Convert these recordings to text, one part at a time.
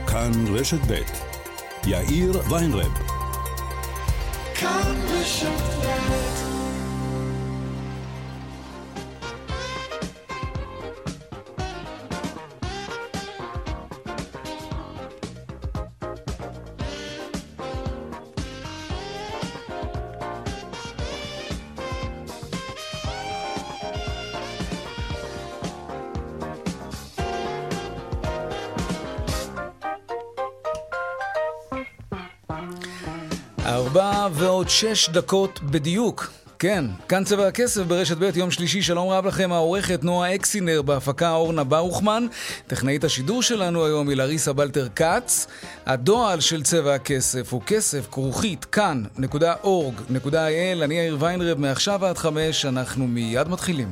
כאן רשת ב' יאיר ויינרב. כאן רשת ב'. ועוד 6 דקות בדיוק. כן, כאן צבע הכסף ברשת ב' יום שלישי. שלום רב לכם, העורכת נועה אקסינר, בהפקה אורנה ברוכמן, טכנאית השידור שלנו היום היא לריסה בלטר קץ. הדואל של צבע הכסף הוא כסף@כאן.org.il. אני יאיר ויינרב, מעכשיו עד 5 אנחנו מיד מתחילים.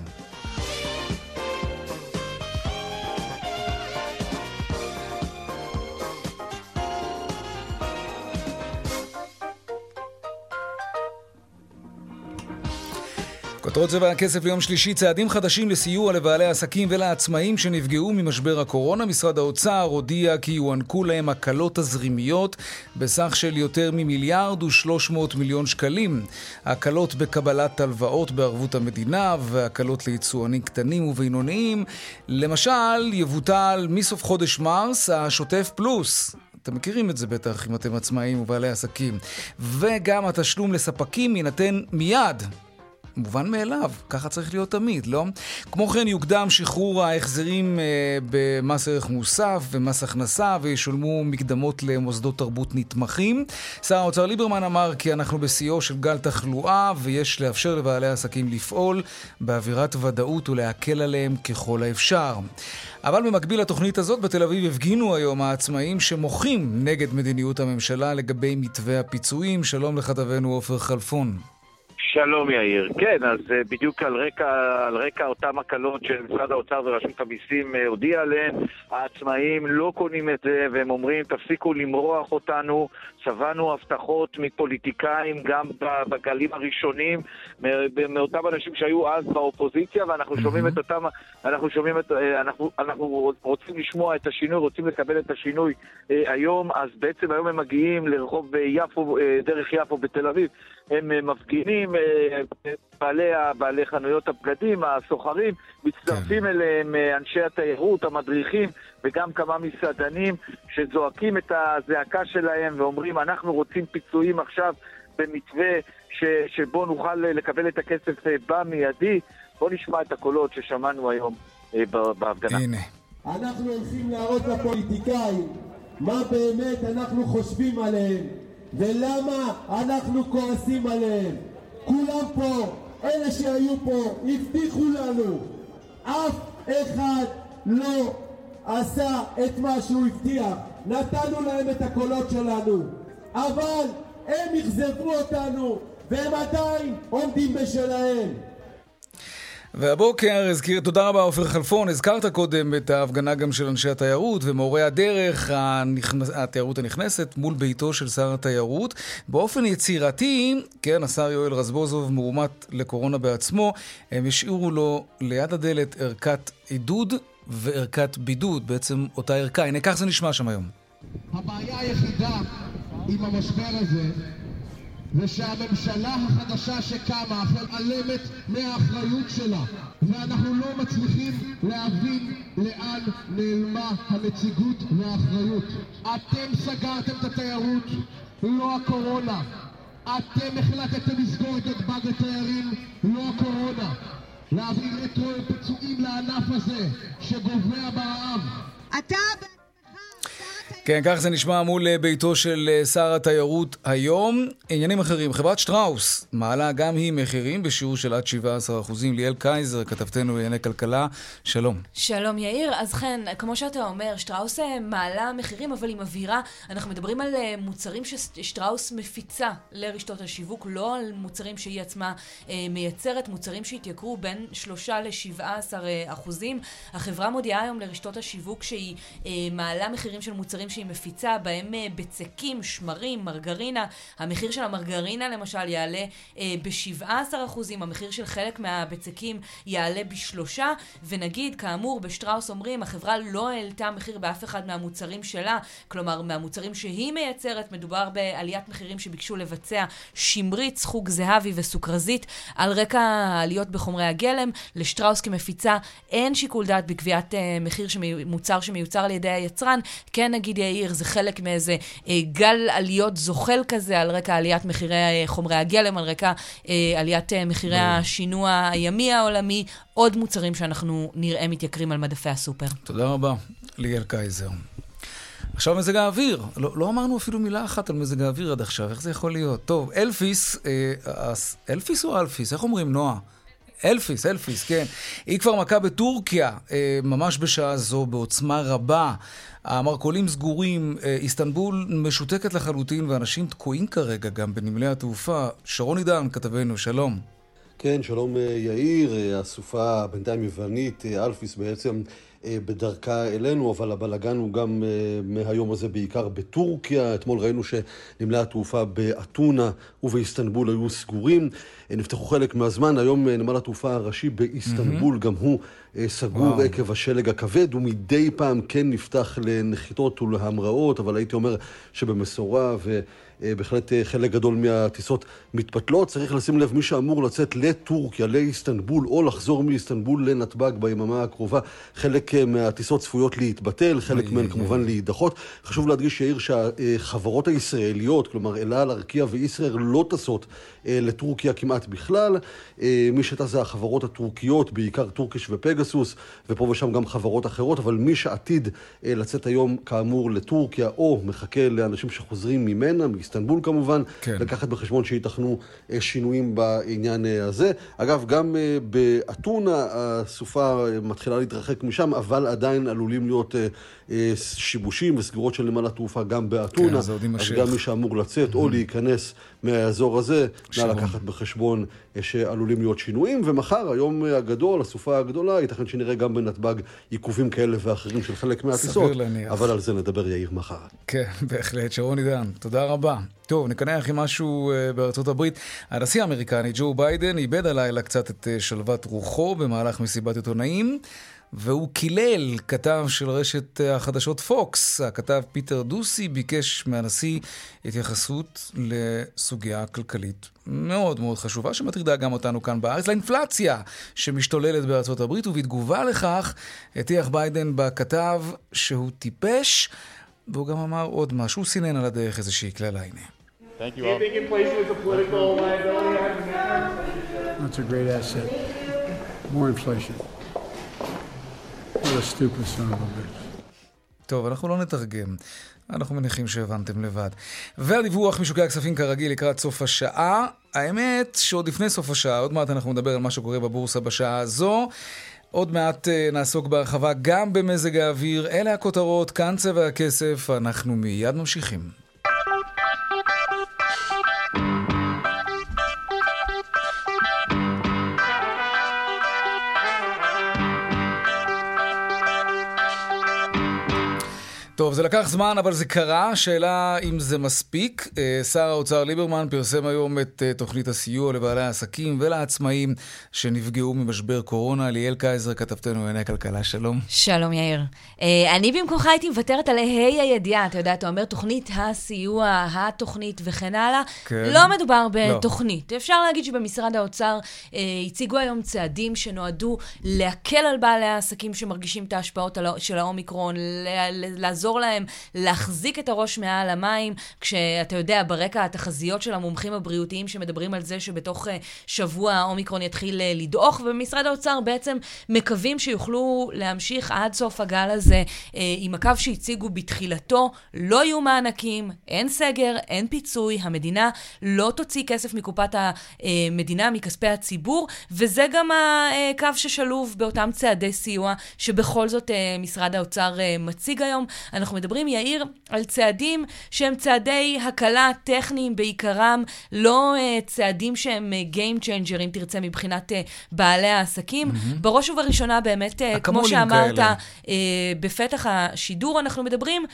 כותרות צבע הכסף ליום שלישי: צעדים חדשים לסיוע לבעלי עסקים ולעצמאים שנפגעו ממשבר הקורונה. משרד האוצר הודיע כי יוענקו להם הקלות תזרימיות בסך של יותר מ1,300 מיליון שקלים. הקלות בקבלת הלוואות בערבות המדינה והקלות ליצואנים קטנים ובינוניים. למשל, יבוטל מסוף חודש מרס השוטף פלוס. אתם מכירים את זה בטח אם אתם עצמאים ובעלי עסקים. וגם התשלום לספקים יינתן מיד. מובן מאליו, ככה צריך להיות תמיד, לא? כמו כן יוקדם שחרור ההחזרים במס ערך מוסף ומס הכנסה, וישולמו מקדמות למוסדות תרבות נתמכים. שר האוצר ליברמן אמר כי אנחנו בשיאו של גל תחלואה, ויש לאפשר לבעלי העסקים לפעול באווירת ודאות ולהקל עליהם ככל האפשר. אבל במקביל לתוכנית הזאת בתל אביב הפגינו היום העצמאים שמוחים נגד מדיניות הממשלה לגבי מתווה הפיצויים. שלום לכתבנו עופר חלפון. שלום יאיר. כן, אז בדיוק על רקע אותם הקלות של משרד האוצר ורשות המיסים הודיע עליהן, העצמאים לא קונים את זה והם אומרים תפסיקו למרוח אותנו, שבנו הבטחות מפוליטיקאים גם בגלים הראשונים מאותם אנשים שהיו אז באופוזיציה, ואנחנו שומעים את אותם, אנחנו רוצים לשמוע את השינוי, רוצים לקבל את השינוי היום. אז בעצם היום הם מגיעים לרחוב יפו, דרך יפו בתל אביב, הם מפגינים, בעלי חנויות הבגדים, הסוחרים, מצטרפים אליהם אנשי התיירות, המדריכים וגם כמה מסעדנים שזועקים את הזעקה שלהם ואומרים אנחנו רוצים פיצויים עכשיו במתווה שבו נוכל לקבל את הכסף במיידי. בוא נשמע את הקולות ששמענו היום בהפגנה. הנה. אנחנו הולכים להראות לפוליטיקאים מה באמת אנחנו חושבים עליהם ולמה אנחנו כועסים עליהם. כולם פה, אלה שהיו פה, הבטיחו לנו. אף אחד לא עשה את מה שהוא הבטיח. נתנו להם את הקולות שלנו. אבל הם יחזפו אותנו, והם עדיין עומדים בשלהם. והבוקר תודה רבה עופר חלפון, הזכרת קודם את ההפגנה גם של אנשי התיירות ומורי הדרך, התיירות הנכנסת מול ביתו של שר התיירות. באופן יצירתי, כן, השר יואל רזבוזוב מאומת לקורונה בעצמו, הם השאירו לו ליד הדלת ערכת עידוד וערכת בידוד, בעצם אותה ערכה. הנה כך זה נשמע שם היום. הבעיה היחידה עם המשבר הזה ושהממשלה החדשה שקמה מתעלמת מהאחריות שלה, ואנחנו לא מצליחים להבין לאן נעלמה הנציגות והאחריות. אתם סגרתם את התיירות, לא הקורונה. אתם החלטתם לסגור את נתב"ג לתיירים, לא הקורונה. להעביר פיצויים לענף הזה שגובע ברעב. כן, כך זה נשמע מול ביתו של שר התיירות היום. עניינים אחרים, חברת שטראוס מעלה גם היא מחירים בשיעור של עד 17%. ליאל קייזר, כתבתנו לענייני כלכלה, שלום. שלום יאיר. אז כן, כמו שאתה אומר, שטראוס מעלה מחירים, אבל היא מבהירה, אנחנו מדברים על מוצרים ששטראוס מפיצה לרשתות השיווק, לא על מוצרים שהיא עצמה מייצרת, מוצרים שהתייקרו בין 3-17%. החברה מודיעה היום לרשתות השיווק שהיא מעלה מחירים של מוצרים שהיא מפיצה, בהם בצקים, שמרים, מרגרינה. המחיר של המרגרינה למשל יעלה ב-17%, המחיר של חלק מהבצקים יעלה ב3%, ונגיד, כאמור, בשטראוס אומרים, החברה לא העלתה מחיר באף אחד מהמוצרים שלה, כלומר, מהמוצרים שהיא מייצרת, מדובר בעליית מחירים שביקשו לבצע שמריץ, חוג זהבי וסוכרזית, על רקע העליות בחומרי הגלם. לשטראוס כמפיצה אין שיקול דעת בקביעת מחיר מוצר שמיוצר על ידי היצרן. כן, נגיד יאיר, זה חלק מאיזה גל עליות זוחל כזה, על רקע עליית מחירי חומרי הגלם, על רקע עליית מחירי השינוע הימי העולמי, עוד מוצרים שאנחנו נראה מתייקרים על מדפי הסופר. תודה רבה, ליאל קייזר. עכשיו מזג האוויר. לא אמרנו אפילו מילה אחת על מזג האוויר עד עכשיו. איך זה יכול להיות? טוב, אלפיס, אלפיס או אלפיס? איך אומרים, נועה? אלפיס, כן. היא כבר מכה בטורקיה, ממש בשעה זו, בעוצמה רבה. המרכולים סגורים, איסטנבול משותקת לחלוטין, ואנשים תקועים כרגע גם בנמלי התעופה. שרון עידן, כתבנו, שלום. כן, שלום יאיר. הסופה בינתיים יוונית, אלפיס בעצם בדרכה אלינו, אבל הבלגן הוא גם מהיום הזה בעיקר בטורקיה. אתמול ראינו שנמלי התעופה באתונה ובאיסטנבול היו סגורים. נפתחו חלק מהזמן. היום נמל התעופה הראשי באיסטנבול גם הוא סגור עקב השלג הכבד, ומדי פעם כן נפתח לנחיתות ולהמראות, אבל הייתי אומר שבמשורה ובהחלט חלק גדול מהטיסות מתפתלות. צריך לשים לב, מי שאמור לצאת לטורקיה, לאיסטנבול, או לחזור מאיסטנבול לנתב"ג ביממה הקרובה, חלק מהטיסות צפויות להתבטל, חלק מהן כמובן להידחות. חשוב להדגיש יאיר שהחברות הישראליות, כלומר אל על, ארקיע וישראייר, לא טסות לטורקיה כמעט בכלל. מי שטס זה החברות הטורקיות, בעיקר טורקיש ופגסוס, ופה ושם גם חברות אחרות, אבל מי שעתיד לצאת היום כאמור לטורקיה, או מחכה לאנשים שחוזרים ממנה, מאיסטנבול כמובן, כן. לקחת בחשבון שיתכנו שינויים בעניין הזה. אגב, גם באתונה הסופה מתחילה להתרחק משם, אבל עדיין עלולים להיות שיבושים וסגירות של נמל התעופה גם באתונה. כן, אז גם מי שאמור לצאת או להיכנס מהאזור הזה, נא לקחת בחשבון שעלולים להיות שינויים. ומחר, היום הגדול, הסופה הגדולה, ייתכן שנראה גם בנתב"ג עיכובים כאלה ואחרים של חלק מהטיסות, אבל על זה נדבר יאיר מחר. כן, בהחלט. שרון עידן, תודה רבה. טוב, נקנח עם משהו בארצות הברית. הנשיא האמריקני ג'ו ביידן איבד הלילה קצת את שלוות רוחו במהלך מסיבת עיתונאים, והוא קילל כתב של רשת החדשות פוקס. הכתב פיטר דוסי ביקש מהנשיא התייחסות לסוגיה כלכלית מאוד מאוד חשובה, שמטרידה גם אותנו כאן בארץ, לאינפלציה שמשתוללת בארצות הברית, ובתגובה לכך הטיח ביידן בכתב שהוא טיפש, והוא גם אמר עוד משהו, הוא סינן על הדרך איזושהי כללה. הנה. Thank you all. Do you think inflation is a political liability? That's a great asset. More inflation. What a stupid son of a bitch. טוב, אנחנו לא נתרגם. אנחנו מניחים שהבנתם לבד. והדיווח משוקי הכספים כרגיל לקראת סוף השעה. האמת שעוד לפני סוף השעה, עוד מעט אנחנו נדבר על מה שקורה בבורסה בשעה הזו. עוד מעט נעסוק בהרחבה גם במזג האוויר. אלה הכותרות, כאן צבע הכסף. אנחנו מיד ממשיכים. טוב, זה לקח זמן, אבל זה קרה. שאלה אם זה מספיק. שר האוצר ליברמן פרסם היום את תוכנית הסיוע לבעלי העסקים ולעצמאים שנפגעו ממשבר קורונה. ליאל קייזר, כתבתנו לענייני כלכלה, שלום. שלום יאיר. אני במקומך הייתי מוותרת על הידיעה. אתה יודע, אתה אומר תוכנית הסיוע, התוכנית וכן הלאה. כן. לא מדובר בתוכנית. לא. אפשר להגיד שבמשרד האוצר הציגו היום צעדים שנועדו להקל על בעלי העסקים שמרגישים את ההשפעות של האומיקרון, לעזור להם להחזיק את הראש מעל המים, כשאתה יודע, ברקע התחזיות של המומחים הבריאותיים שמדברים על זה שבתוך שבוע האומיקרון יתחיל לדעוך, ובמשרד האוצר בעצם מקווים שיוכלו להמשיך עד סוף הגל הזה עם הקו שהציגו בתחילתו. לא יהיו מענקים, אין סגר, אין פיצוי, המדינה לא תוציא כסף מקופת המדינה, מכספי הציבור, וזה גם הקו ששלוב באותם צעדי סיוע שבכל זאת משרד האוצר מציג היום. אנחנו מדברים, יאיר, על צעדים שהם צעדי הקלה טכניים בעיקרם, לא צעדים שהם game changer, אם תרצה, מבחינת בעלי העסקים. בראש ובראשונה באמת, כמו שאמרת בפתח השידור, אנחנו מדברים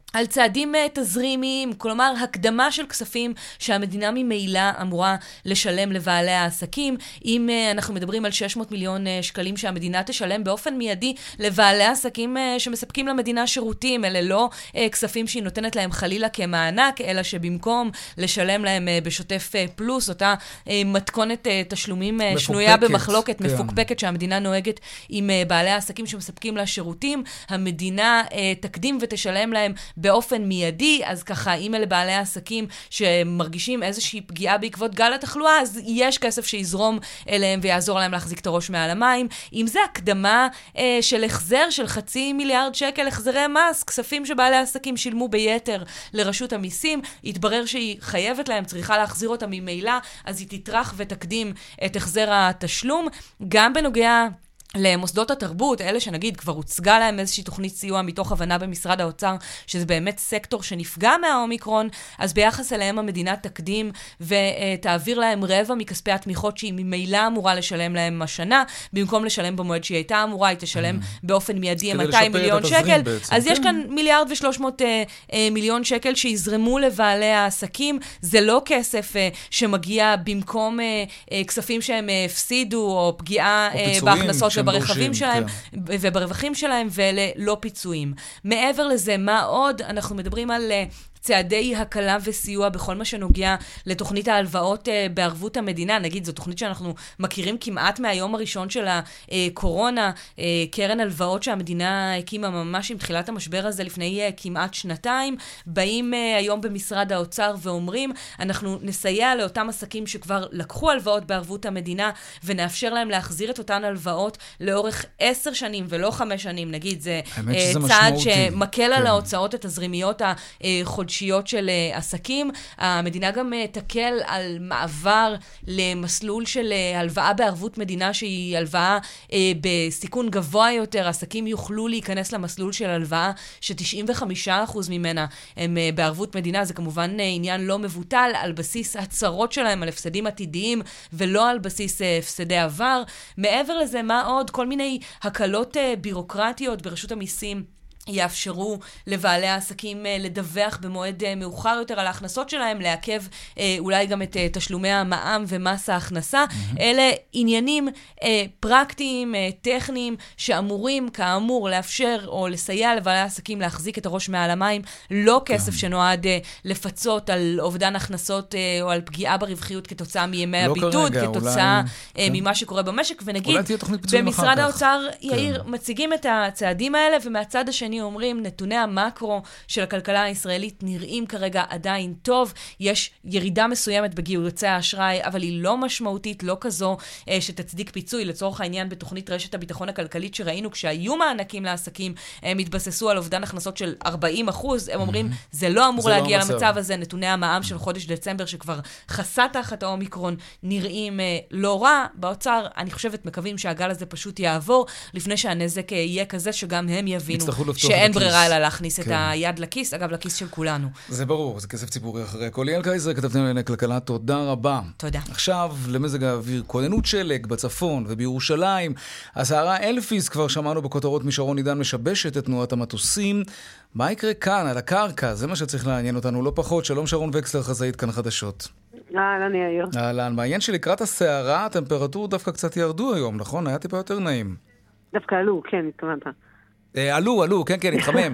על צעדים תזרימיים, כלומר הקדמה של כספים שהמדינה ממילא אמורה לשלם לבעלי העסקים. אם אנחנו מדברים על 600 מיליון שקלים שהמדינה תשלם באופן מיידי לבעלי העסקים שמספקים למדינה שירותים, אלה לא כספים שהיא נותנת להם חלילה כמענק, אלא שבמקום לשלם להם בשוטף פלוס, אותה מתכונת תשלומים שנויה במחלוקת, מפוקפקת שהמדינה נוהגת עם בעלי העסקים שמספקים לה שירותים, המדינה תקדים ותשלם להם באופן מיידי. אז ככה, אם אלה בעלי העסקים שמרגישים איזושהי פגיעה בעקבות גל התחלואה, אז יש כסף שיזרום אליהם ויעזור להם להחזיק את הראש מעל המים. אם זה הקדמה של החזר של 500 מיליון שקל החזרי מס, כספים שבעלי העסקים שילמו ביתר לרשות המיסים, יתברר שהיא חייבת להם, צריכה להחזיר אותם ממילא, אז היא תטרח ותקדים את החזר התשלום. גם בנוגע למוסדות התרבות, אלה שנגיד כבר הוצגה להם איזושהי תוכנית סיוע מתוך הבנה במשרד האוצר, שזה באמת סקטור שנפגע מהאומיקרון, אז ביחס אליהם המדינה תקדים ותעביר להם רבע מכספי התמיכות שהיא ממילא אמורה לשלם להם השנה, במקום לשלם במועד שהיא הייתה אמורה, היא תשלם באופן מיידי 200 מיליון שקל. אז יש כאן 1.3 מיליארד שקל שיזרמו לבעלי העסקים. זה לא כסף שמגיע במקום כספים שהם הפסידו, או פגיעה בהכנסות וברכבים שלהם, וברווחים שלהם, ואלה לא פיצויים. מעבר לזה, מה עוד? אנחנו מדברים על צעדי הקלה וסיוע בכל מה שנוגע לתוכנית ההלוואות בערבות המדינה. נגיד, זו תוכנית שאנחנו מכירים כמעט מהיום הראשון של הקורונה, קרן הלוואות שהמדינה הקימה ממש עם תחילת המשבר הזה לפני כמעט שנתיים. באים היום במשרד האוצר ואומרים, אנחנו נסייע לאותם עסקים שכבר לקחו הלוואות בערבות המדינה, ונאפשר להם להחזיר את אותן הלוואות לאורך 10 שנים ולא 5 שנים. נגיד, זה צעד שמקל על ההוצאות התזרימיות החודשיות של עסקים. המדינה גם תקל על מעבר למסלול של הלוואה בערבות מדינה, שהיא הלוואה בסיכון גבוה יותר. עסקים יוכלו להיכנס למסלול של הלוואה ש95% ממנה הם בערבות מדינה. זה כמובן עניין לא מבוטל, על בסיס הצרות שלהם, על הפסדים עתידיים, ולא על בסיס הפסדי עבר. מעבר לזה, מה עוד? כל מיני הקלות בירוקרטיות ברשות המיסים יאפשרו לבעלי העסקים לדווח במועד מאוחר יותר על ההכנסות שלהם, לעכב אולי גם את תשלומי המע"מ ומס ההכנסה. אלה עניינים פרקטיים, טכניים, שאמורים כאמור לאפשר או לסייע לבעלי העסקים להחזיק את הראש מעל המים. לא כסף שנועד לפצות על אובדן הכנסות או על פגיעה ברווחיות כתוצאה מימי הבידוד, כתוצאה ממה שקורה במשק. ונגיד, במשרד האוצר יאיר מציגים את הצעדים האלה, ומהצד השני אומרים, נתוני המקרו של הכלכלה הישראלית נראים כרגע עדיין טוב. יש ירידה מסוימת בגיוסי האשראי, אבל היא לא משמעותית, לא כזו שתצדיק פיצוי. לצורך העניין, בתוכנית רשת הביטחון הכלכלית שראינו, כשהיו מענקים לעסקים, הם התבססו על אובדן הכנסות של 40%. הם אומרים, זה לא אמור להגיע למצב הזה. נתוני המע"מ של חודש דצמבר, שכבר חסה תחת האומיקרון, נראים לא רע. באוצר, אני חושבת, מקווים שהגל הזה פשוט יעבור, לפני שהנזק יהיה כזה שגם הם יבינו שאין ברירה אלא להכניס את היד לכיס, אגב, לכיס של כולנו. זה ברור, זה כסף ציבורי אחרי כל. ליאל קייזר, כתבתם לענייני כלכלה, תודה רבה. תודה. עכשיו, למזג האוויר, כוננות שלג בצפון ובירושלים. הסערה אלפיס, כבר שמענו בכותרות משרון עידן, משבשת את תנועת המטוסים. מה יקרה כאן, על הקרקע? זה מה שצריך לעניין אותנו, לא פחות. שלום שרון וקסלר, חזאית כאן חדשות. אהלן יאיר. אהלן, מעניין שלקראת הסערה, הטמפרטורות דווקא קצת ירדו היום, נכון? היה טיפה יותר נעים. דווקא עלו, כן, התכוונת. עלו, כן, התחמם.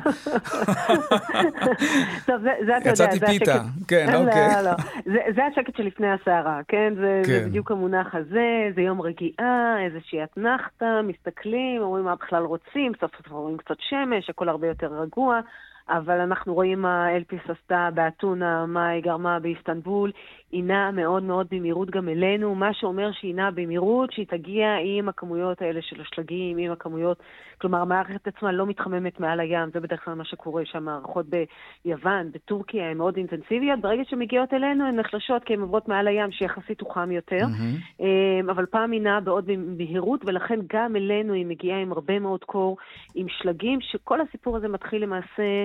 טוב, זה אתה יודע, יצאתי פיתה, כן, אוקיי. זה השקט שלפני הסערה, כן? זה בדיוק המונח הזה, זה יום רגיעה, איזושהי אתנחתה, מסתכלים, אומרים מה בכלל רוצים, סוף סוף רואים קצת שמש, הכל הרבה יותר רגוע, אבל אנחנו רואים מה אלפיס עשתה באתונה, מה היא גרמה באיסטנבול, היא נעה מאוד מאוד במהירות גם אלינו, מה שאומר שהיא נעה במהירות, שהיא תגיע עם הכמויות האלה של השלגים, עם הכמויות, כלומר המערכת עצמה לא מתחממת מעל הים, זה בדרך כלל מה שקורה שהמערכות ביוון, בטורקיה, הן מאוד אינטנסיביות, ברגע שמגיעות אלינו הן נחלשות כי הן עוברות מעל הים שיחסית הוא חם יותר, אבל פעם היא נעה בעוד במהירות, ולכן גם אלינו היא מגיעה עם הרבה מאוד קור, עם שלגים, שכל הסיפור הזה מתחיל למעשה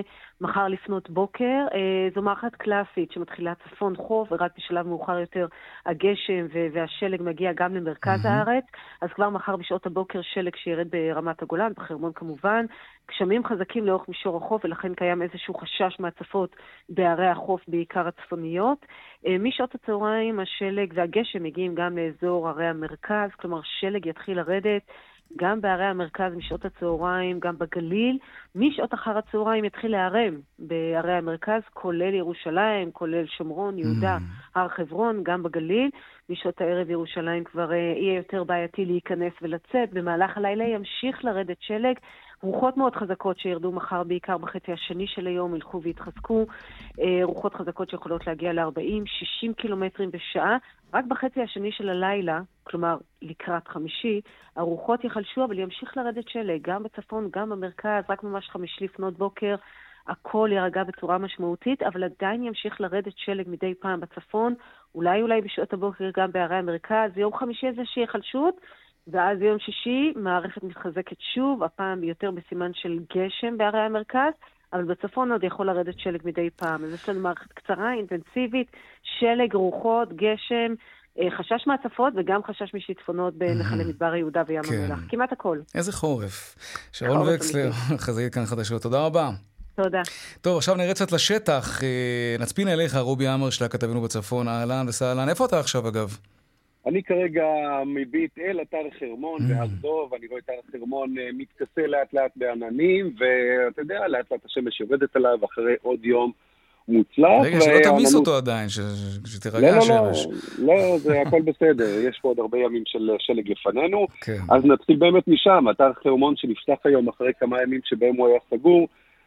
מחר לפנות בוקר. זו מערכת קלאסית שמתחילה צפון חוף, ורק בשלב מאוחר יותר הגשם והשלג מגיע גם למרכז הארץ. אז כבר מחר בשעות הבוקר שלג שירד ברמת הגולן, בחרמון כמובן. גשמים חזקים לאורך מישור החוף, ולכן קיים איזשהו חשש מהצפות בערי החוף, בעיקר הצפוניות. משעות הצהריים השלג והגשם מגיעים גם לאזור ערי המרכז, כלומר שלג יתחיל לרדת גם בערי המרכז משעות הצהריים, גם בגליל. משעות אחר הצהריים יתחיל להרם בערי המרכז, כולל ירושלים, כולל שומרון, יהודה, הר חברון, גם בגליל. משעות הערב ירושלים כבר יהיה יותר בעייתי להיכנס ולצאת. במהלך הלילה ימשיך לרדת שלג. רוחות מאוד חזקות שירדו מחר בעיקר בחצי השני של היום, ילכו והתחזקו. רוחות חזקות שיכולות להגיע ל-40-60 קילומטרים בשעה. רק בחצי השני של הלילה, כלומר לקראת חמישי, הרוחות יחלשו, אבל ימשיך לרדת שלג, גם בצפון, גם במרכז, רק ממש חמישי לפנות בוקר. הכל ירגע בצורה משמעותית, אבל עדיין ימשיך לרדת שלג מדי פעם בצפון, אולי בשעות הבוקר גם בערי המרכז. יום חמישי איזה שיחלשות, ואז יום שישי מערכת מתחזקת שוב, הפעם יותר בסימן של גשם בערי המרכז, אבל בצפון עוד יכול לרדת שלג מדי פעם. אז יש לנו מערכת קצרה, אינטנסיבית, שלג, רוחות, גשם, חשש מהצפות וגם חשש משיטפונות בנחלי מדבר יהודה וים המלח. כמעט הכל. איזה חורף. שרון וקסלר, חזאית כאן חדשות. תודה רבה. תודה. טוב, עכשיו נראה קצת לשטח. נצפין אליך, רובי אמרשלג, כתבנו בצפון, אהלן וסהלן. איפה אתה עכשיו אגב? אני כרגע מביט אל אתר חרמון בהר דוב, אני רואה את אתר חרמון מתכסה לאט לאט בעננים, ואתה יודע, לאט לאט השמש יורדת עליו אחרי עוד יום מוצלח. רגע, שלא תמיס אותו עדיין, שתרגע השמש. לא, זה הכל בסדר, יש פה עוד הרבה ימים של שלג לפנינו, אז נתחיל באמת משם, אתר חרמון שנפתח היום אחרי כמה ימים שבהם הוא היה סגור,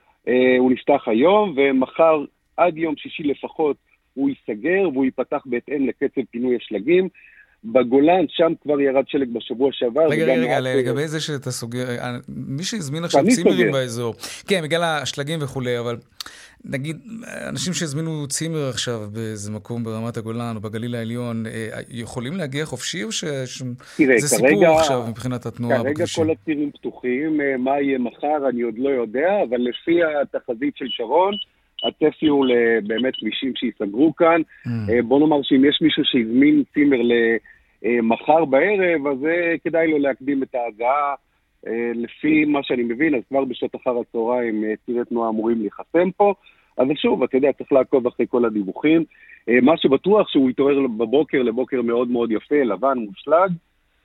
הוא נפתח היום, ומחר עד יום שישי לפחות הוא ייסגר, והוא ייפתח בהתאם לקצב פינוי השלגים. בגולן, שם כבר ירד שלג בשבוע שעבר. רגע, לגבי זה שאתה סוגר, מי שהזמין עכשיו צימרים באזור, כן, בגלל השלגים וכולי, אבל נגיד, אנשים שהזמינו צימר עכשיו באיזה מקום ברמת הגולן או בגליל העליון, יכולים להגיע חופשי או שזה סיפור עכשיו מבחינת התנועה בכבישים? כרגע כל הצירים פתוחים, מה יהיה מחר אני עוד לא יודע, אבל לפי התחזית של שרון, הצפי הוא באמת כבישים שיסגרו כאן. בוא נאמר שאם יש מישהו שהזמין צימר למחר בערב, אז כדאי לו להקדים את ההגעה. לפי מה שאני מבין, אז כבר בשעות אחר הצהריים צירי תנועה אמורים להיחסם פה. אז שוב, אתה יודע, צריך לעקוב אחרי כל הדיווחים. מה שבטוח שהוא יתעורר בבוקר, לבוקר מאוד מאוד יפה, לבן, מושלג.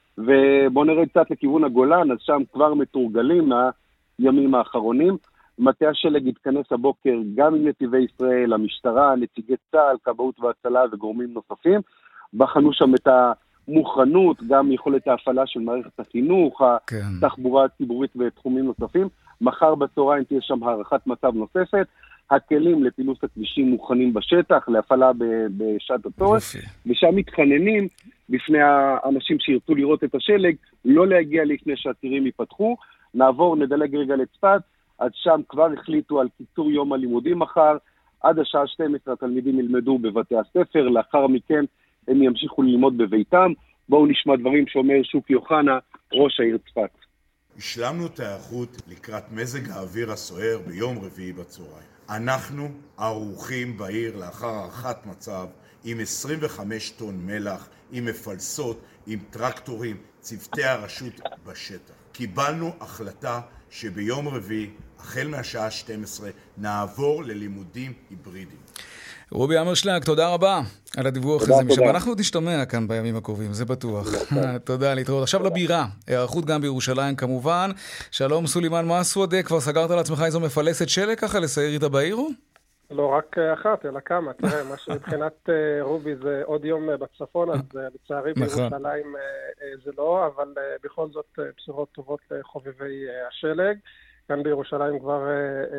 ובוא נראה קצת לכיוון הגולן, אז שם כבר מתורגלים מהימים האחרונים. מטה השלג התכנס הבוקר גם עם נתיבי ישראל, המשטרה, נציגי צה"ל, כבאות והצלה וגורמים נוספים. בחנו שם את המוכנות, גם יכולת ההפעלה של מערכת החינוך, התחבורה הציבורית ותחומים נוספים. מחר בצהריים תהיה שם הערכת מצב נוספת. הכלים לפילוס הכבישים מוכנים בשטח, להפעלה בשעת הצורך. ושם מתחננים בפני האנשים שירצו לראות את השלג, לא להגיע לפני שהצירים ייפתחו. נדלג רגע לצפת. אז שם כבר החליטו על קיצור יום הלימודים מחר, עד השעה 12 התלמידים ילמדו בבתי הספר, לאחר מכן הם ימשיכו ללמוד בביתם. בואו נשמע דברים שאומר שוקי אוחנה, ראש העיר צפת. השלמנו את ההיערכות לקראת מזג האוויר הסוער ביום רביעי בצהריים. אנחנו ערוכים בעיר לאחר הערכת מצב עם 25 טון מלח, עם מפלסות, עם טרקטורים, צוותי הרשות בשטח. קיבלנו החלטה שביום רביעי, החל מהשעה 12, נעבור ללימודים היברידיים. רובי אמרשלג, תודה רבה על הדיווח הזה. אנחנו עוד נשתמע כאן בימים הקרובים, זה בטוח. תודה, להתראות. עכשיו לבירה, הערכות גם בירושלים כמובן. שלום סולימן מסעודה, כבר סגרת לעצמך איזו מפלסת שלג ככה לסייר איתה בעיר? לא רק אחת, אלא כמה. תראה, מה שמבחינת רובי זה עוד יום בצפון, אז לצערי בירושלים זה לא, אבל בכל זאת בשורות טובות לחובבי השלג. כאן בירושלים כבר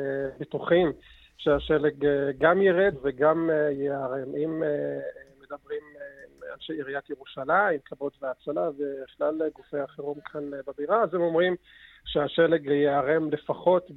בטוחים שהשלג גם ירד וגם יערם. אם מדברים אנשי עיריית ירושלים, כבאות והצלה ושלל גופי החירום כאן בבירה, אז הם אומרים שהשלג יערם לפחות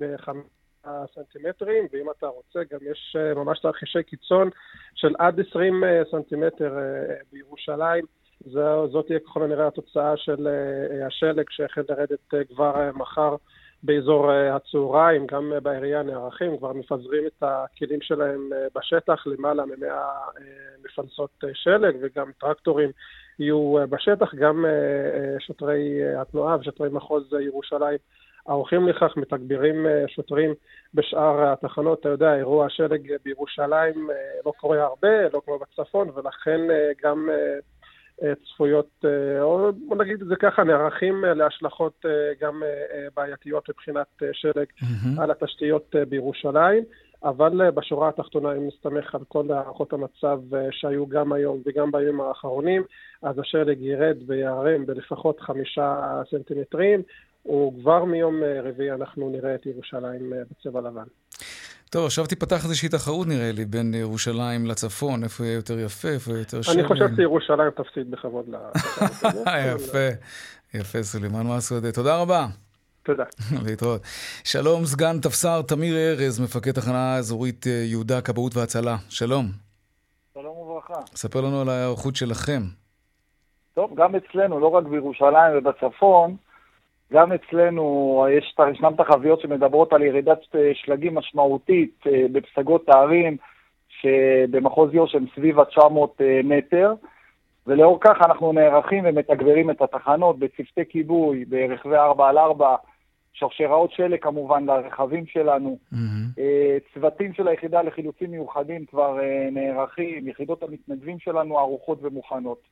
סנטימטרים, ואם אתה רוצה גם יש ממש תרחישי קיצון של עד 20 סנטימטר בירושלים. זאת תהיה ככל הנראה התוצאה של השלג שהחל לרדת כבר מחר באזור הצהריים, גם בעירייה נערכים, כבר מפזרים את הכלים שלהם בשטח, למעלה מ100 מפלסות שלג, וגם טרקטורים יהיו בשטח, גם שוטרי התנועה ושוטרי מחוז ירושלים ערוכים לכך, מתגברים שוטרים בשאר התחנות. אתה יודע, אירוע שלג בירושלים לא קורה הרבה, לא כמו בצפון, ולכן גם צפויות, או בוא נגיד את זה ככה, נערכים להשלכות גם בעייתיות מבחינת שלג על התשתיות בירושלים, אבל בשורה התחתונה, אם נסתמך על כל הערכות המצב שהיו גם היום וגם בימים האחרונים, אז השלג ירד ויערם בלפחות 5 סנטימטרים, וכבר מיום רביעי אנחנו נראה את ירושלים בצבע לבן. טוב, עכשיו תיפתח איזושהי תחרות נראה לי, בין ירושלים לצפון, איפה יהיה יותר יפה, איפה יהיה יותר שלג. אני חושב שירושלים תפסיד בכבוד יפה, יפה סולימאן מסעודה. תודה רבה. תודה. להתראות. שלום, סגן תפסר תמיר ארז, מפקד תחנה אזורית יהודה, כבאות והצלה. שלום. שלום וברכה. ספר לנו על ההיערכות שלכם. טוב, גם אצלנו, לא רק בירושלים ובצפון, גם אצלנו ישנם תחזיות שמדברות על ירידת שלגים משמעותית בפסגות הערים, שבמחוז יו"ש הם סביב 900 מטר, ולאור כך אנחנו נערכים ומתגברים את התחנות בצוותי כיבוי, ברכבי 4x4, שרשראות שלג כמובן לרכבים שלנו, צוותים של היחידה לחילוצים מיוחדים כבר נערכים, יחידות המתנדבים שלנו ערוכות ומוכנות.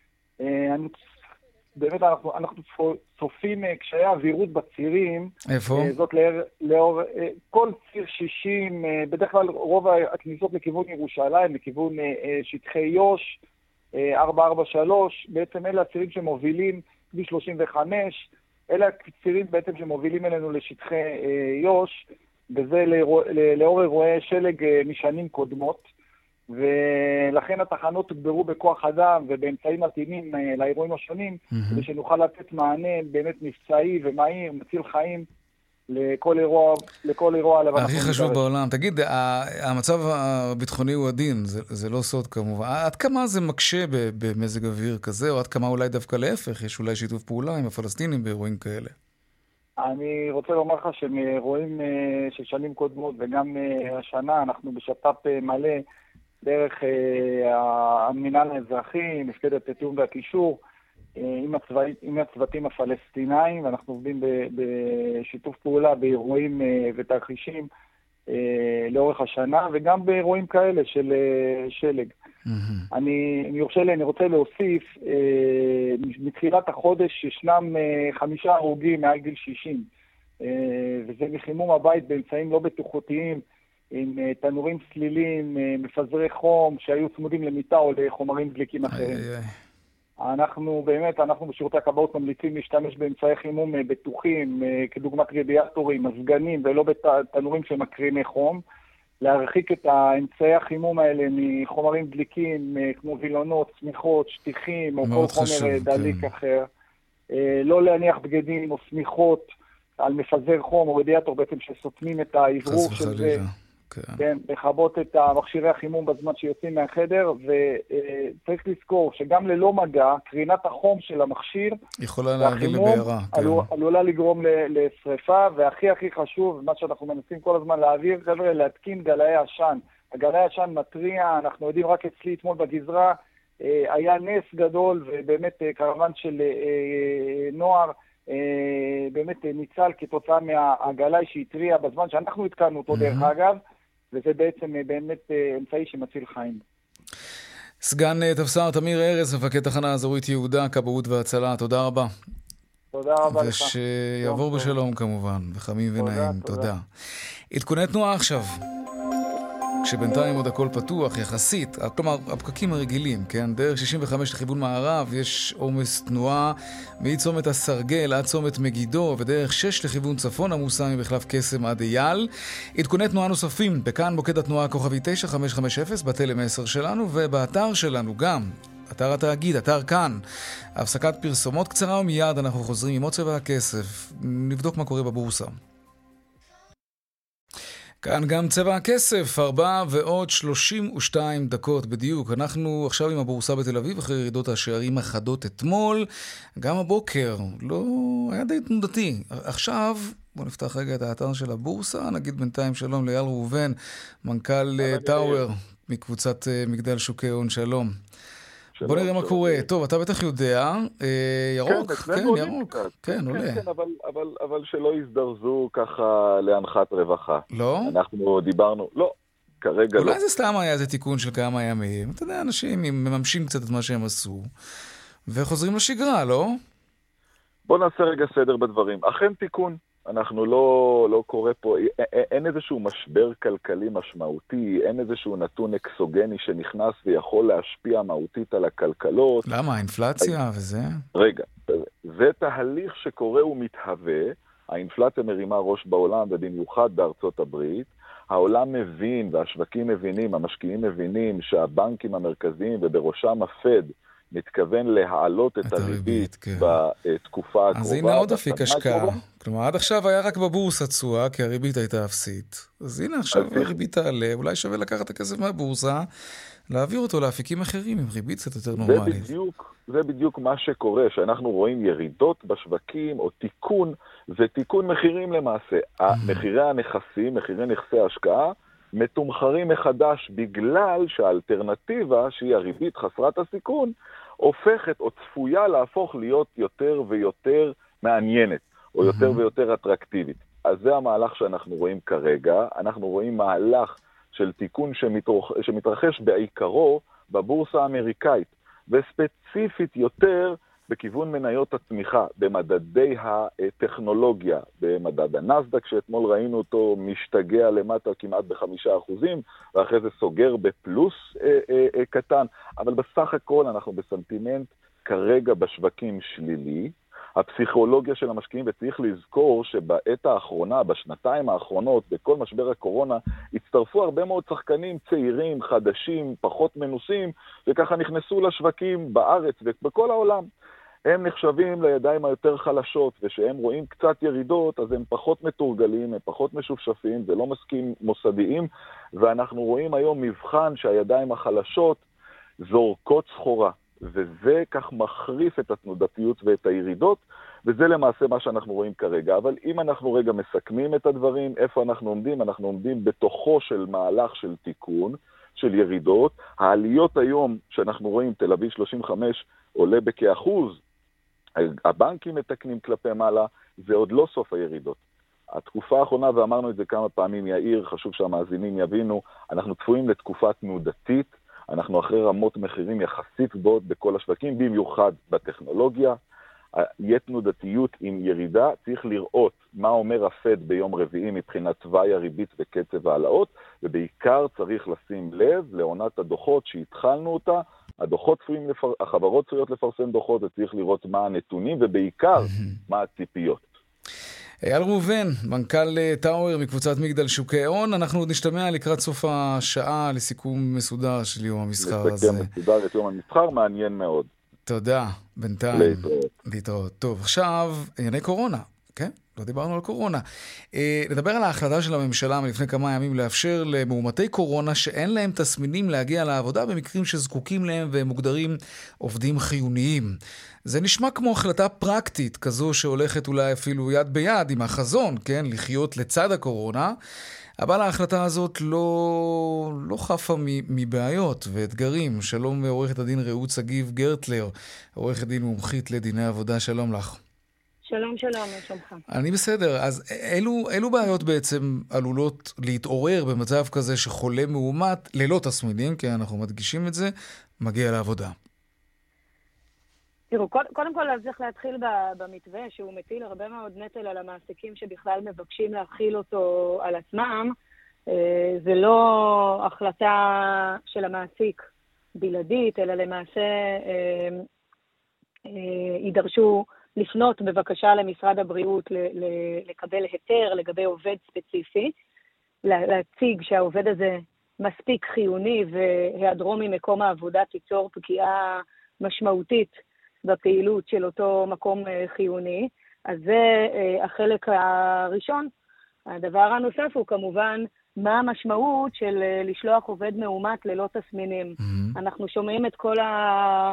באמת אנחנו צופים קשיי אווירות בצירים. איפה? זאת לאור כל ציר 60, בדרך כלל רוב הכניסות לכיוון ירושלים, לכיוון שטחי יו"ש, 443, בעצם אלה הצירים שמובילים, כביש 35, אלה הצירים בעצם שמובילים אלינו לשטחי יו"ש, וזה לאור אירועי שלג משנים קודמות. ולכן התחנות תוגברו בכוח אדם ובאמצעים מתאימים לאירועים השונים, כדי שנוכל לתת מענה באמת מבצעי ומהיר, מציל חיים לכל אירוע. הכי חשוב בעולם. תגיד, המצב הביטחוני הוא עדין, זה לא סוד כמובן. עד כמה זה מקשה במזג אוויר כזה, או עד כמה אולי דווקא להפך, יש אולי שיתוף פעולה עם הפלסטינים באירועים כאלה? אני רוצה לומר לך שמאירועים של שנים קודמות וגם השנה אנחנו בשת"פ מלא דרך המינהל האזרחי, מפקדת התיאום והקישור, עם הצוותים הפלסטינאים, ואנחנו עובדים בשיתוף פעולה באירועים ותרחישים לאורך השנה, וגם באירועים כאלה של שלג. אני רוצה להוסיף, מתחילת החודש ישנם 5 הרוגים מעל גיל 60, וזה מחימום הבית באמצעים לא בטוחותיים, עם תנורים סלילים, מפזרי חום שהיו צמודים למיטה או לחומרים דליקים אחרים. אנחנו בשירותי הכבאות ממליצים להשתמש באמצעי חימום בטוחים, כדוגמת רדיאטורים, מזגנים, ולא בתנורים שמקריני חום. להרחיק את האמצעי החימום האלה מחומרים דליקים, כמו וילונות, סמיכות, שטיחים, או כל חומר דליק אחר. לא להניח בגדים או סמיכות על מפזר חום או רדיאטור בעצם שסותמים את האוורור של זה. כן, לכבות את מכשירי החימום בזמן שיוצאים מהחדר, וצריך לזכור שגם ללא מגע, קרינת החום של המכשיר יכולה להביא לבעירה, עלולה לגרום לשריפה, והכי חשוב, מה שאנחנו מנסים כל הזמן להעביר, חבר'ה, להתקין גלאי עשן. הגלאי עשן מטריע, אנחנו יודעים רק אצלי אתמול בגזרה, היה נס גדול, ובאמת קרוון של נוער, באמת ניצל כתוצאה מהגלאי שהטריע בזמן שאנחנו התקנו אותו דרך אגב, וזה בעצם באמת אמצעי שמציל חיים. סגן תפסר תמיר ארז, מפקד תחנה אזורית יהודה, כבאות והצלה, תודה רבה. תודה רבה לך. ושיעבור בשלום כמובן, וחמים ונעים, תודה. עדכוני תנועה עכשיו. כשבינתיים עוד הכל פתוח יחסית, כלומר הפקקים הרגילים, כן? דרך 65 לכיוון מערב יש עומס תנועה מצומת הסרגל עד צומת מגידו, ודרך 6 לכיוון צפון עמוסה מבחלף קסם עד אייל. עדכוני תנועה נוספים בכאן מוקד התנועה כוכבי 9550 בטלמסר שלנו ובאתר שלנו גם. אתר התאגיד, אתר כאן. הפסקת פרסומות קצרה ומיד אנחנו חוזרים עם עוד צבע הכסף. נבדוק מה קורה בבורסה. כאן גם צבע הכסף, 4:32 בדיוק. אנחנו עכשיו עם הבורסה בתל אביב, אחרי ירידות השערים החדות אתמול. גם הבוקר, לא היה די תנודתי. עכשיו בואו נפתח רגע את האתר של הבורסה, נגיד בינתיים שלום לאייל ראובן, מנכ"ל טאוור מקבוצת מגדל שוקי הון, שלום. בוא נראה מה קורה. טוב, אתה בטח יודע, ירוק, כן, ירוק, כן, עולה. כן, אבל שלא יזדרזו ככה להנחת רווחה. לא? אנחנו דיברנו, לא, כרגע לא. אולי זה סתם היה איזה תיקון של כמה ימים. אתה יודע, אנשים מממשים קצת את מה שהם עשו, וחוזרים לשגרה, לא? בוא נעשה רגע סדר בדברים. אכן תיקון. אנחנו לא קורא פה, אין איזשהו משבר כלכלי משמעותי, אין איזשהו נתון אקסוגני שנכנס ויכול להשפיע מהותית על הכלכלות. למה? האינפלציה וזה? רגע, זה תהליך שקורה ומתהווה, האינפלציה מרימה ראש בעולם ובמיוחד בארצות הברית, העולם מבין והשווקים מבינים, המשקיעים מבינים שהבנקים המרכזיים ובראשם הפד, מתכוון להעלות את הריבית בתקופה הקרובה. אז הנה עוד אפיק השקעה. כלומר, עד עכשיו היה רק בבורסה תשואה, כי הריבית הייתה אפסית. אז הנה עכשיו הריבית תעלה, אולי שווה לקחת את הכסף מהבורסה, להעביר אותו לאפיקים אחרים עם ריבית קצת יותר נורמלית. זה בדיוק מה שקורה, שאנחנו רואים ירידות בשווקים או תיקון, זה תיקון מחירים למעשה. מחירי הנכסים, מחירי נכסי ההשקעה, מתומחרים מחדש בגלל שהאלטרנטיבה, שהיא הריבית חסרת הסיכון, הופכת או צפויה להפוך להיות יותר ויותר מעניינת, או יותר ויותר אטרקטיבית. אז זה המהלך שאנחנו רואים כרגע. אנחנו רואים מהלך של תיקון שמתרחש בעיקרו בבורסה האמריקאית, וספציפית יותר בכיוון מניות הצמיחה, במדדי הטכנולוגיה, במדד הנסדק, שאתמול ראינו אותו משתגע למטה כמעט ב5%, ואחרי זה סוגר בפלוס קטן, אבל בסך הכל אנחנו בסנטימנט כרגע בשווקים שלילי. הפסיכולוגיה של המשקיעים, וצריך לזכור שבעת האחרונה, בשנתיים האחרונות, בכל משבר הקורונה, הצטרפו הרבה מאוד שחקנים צעירים, חדשים, פחות מנוסים, וככה נכנסו לשווקים בארץ ובכל העולם. הם נחשבים לידיים היותר חלשות, ושהם רואים קצת ירידות, אז הם פחות מתורגלים, הם פחות משופשפים, זה לא מסכים מוסדיים, ואנחנו רואים היום מבחן שהידיים החלשות זורקות סחורה, וזה כך מחריף את התנודתיות ואת הירידות, וזה למעשה מה שאנחנו רואים כרגע. אבל אם אנחנו רגע מסכמים את הדברים, איפה אנחנו עומדים? אנחנו עומדים בתוכו של מהלך של תיקון, של ירידות. העליות היום שאנחנו רואים, תל אביב 35 עולה בכאחוז, הבנקים מתקנים כלפי מעלה, זה עוד לא סוף הירידות. התקופה האחרונה, ואמרנו את זה כמה פעמים, יאיר, חשוב שהמאזינים יבינו, אנחנו צפויים לתקופה תנודתית, אנחנו אחרי רמות מחירים יחסית גבוהות בכל השווקים, במיוחד בטכנולוגיה. יהיה תנודתיות עם ירידה, צריך לראות מה אומר הפד ביום רביעי מבחינת תוואי הריבית וקצב העלאות, ובעיקר צריך לשים לב לעונת הדוחות שהתחלנו אותה, החברות צפויות לפרסם דוחות, וצריך לראות מה הנתונים, ובעיקר מה הציפיות. אייל ראובן, מנכ"ל טאוור מקבוצת מגדל שוקי הון, אנחנו עוד נשתמע לקראת סוף השעה לסיכום מסודר של יום המסחר הזה. לסיכום מסודר את יום המסחר, מעניין מאוד. תודה, בינתיים. להתראות. טוב, עכשיו, ענייני קורונה, כן? לא דיברנו על קורונה. נדבר על ההחלטה של הממשלה מלפני כמה ימים לאפשר למאומתי קורונה שאין להם תסמינים להגיע לעבודה במקרים שזקוקים להם והם מוגדרים עובדים חיוניים. זה נשמע כמו החלטה פרקטית, כזו שהולכת אולי אפילו יד ביד עם החזון, כן? לחיות לצד הקורונה. אבל ההחלטה הזאת לא חפה מבעיות ואתגרים. שלום עורכת הדין רעות שגיב גרטלר, עורכת דין מומחית לדיני עבודה, שלום לך. שלום, שלום, שלומך. אני בסדר. אז אילו בעיות בעצם עלולות להתעורר במצב כזה שחולה מאומת ללא תסמינים, כי אנחנו מדגישים את זה, מגיע לעבודה? תראו, קודם כל צריך להתחיל במתווה שהוא מטיל הרבה מאוד נטל על המעסיקים שבכלל מבקשים להכיל אותו על עצמם. זה לא החלטה של המעסיק בלעדית, אלא למעשה יידרשו לפנות בבקשה למשרד הבריאות לקבל היתר לגבי עובד ספציפי, להציג שהעובד הזה מספיק חיוני והיעדרו ממקום העבודה תיצור פגיעה משמעותית בפעילות של אותו מקום חיוני. אז זה החלק הראשון. הדבר הנוסף הוא כמובן מה המשמעות של לשלוח עובד מאומת ללא תסמינים. אנחנו שומעים את כל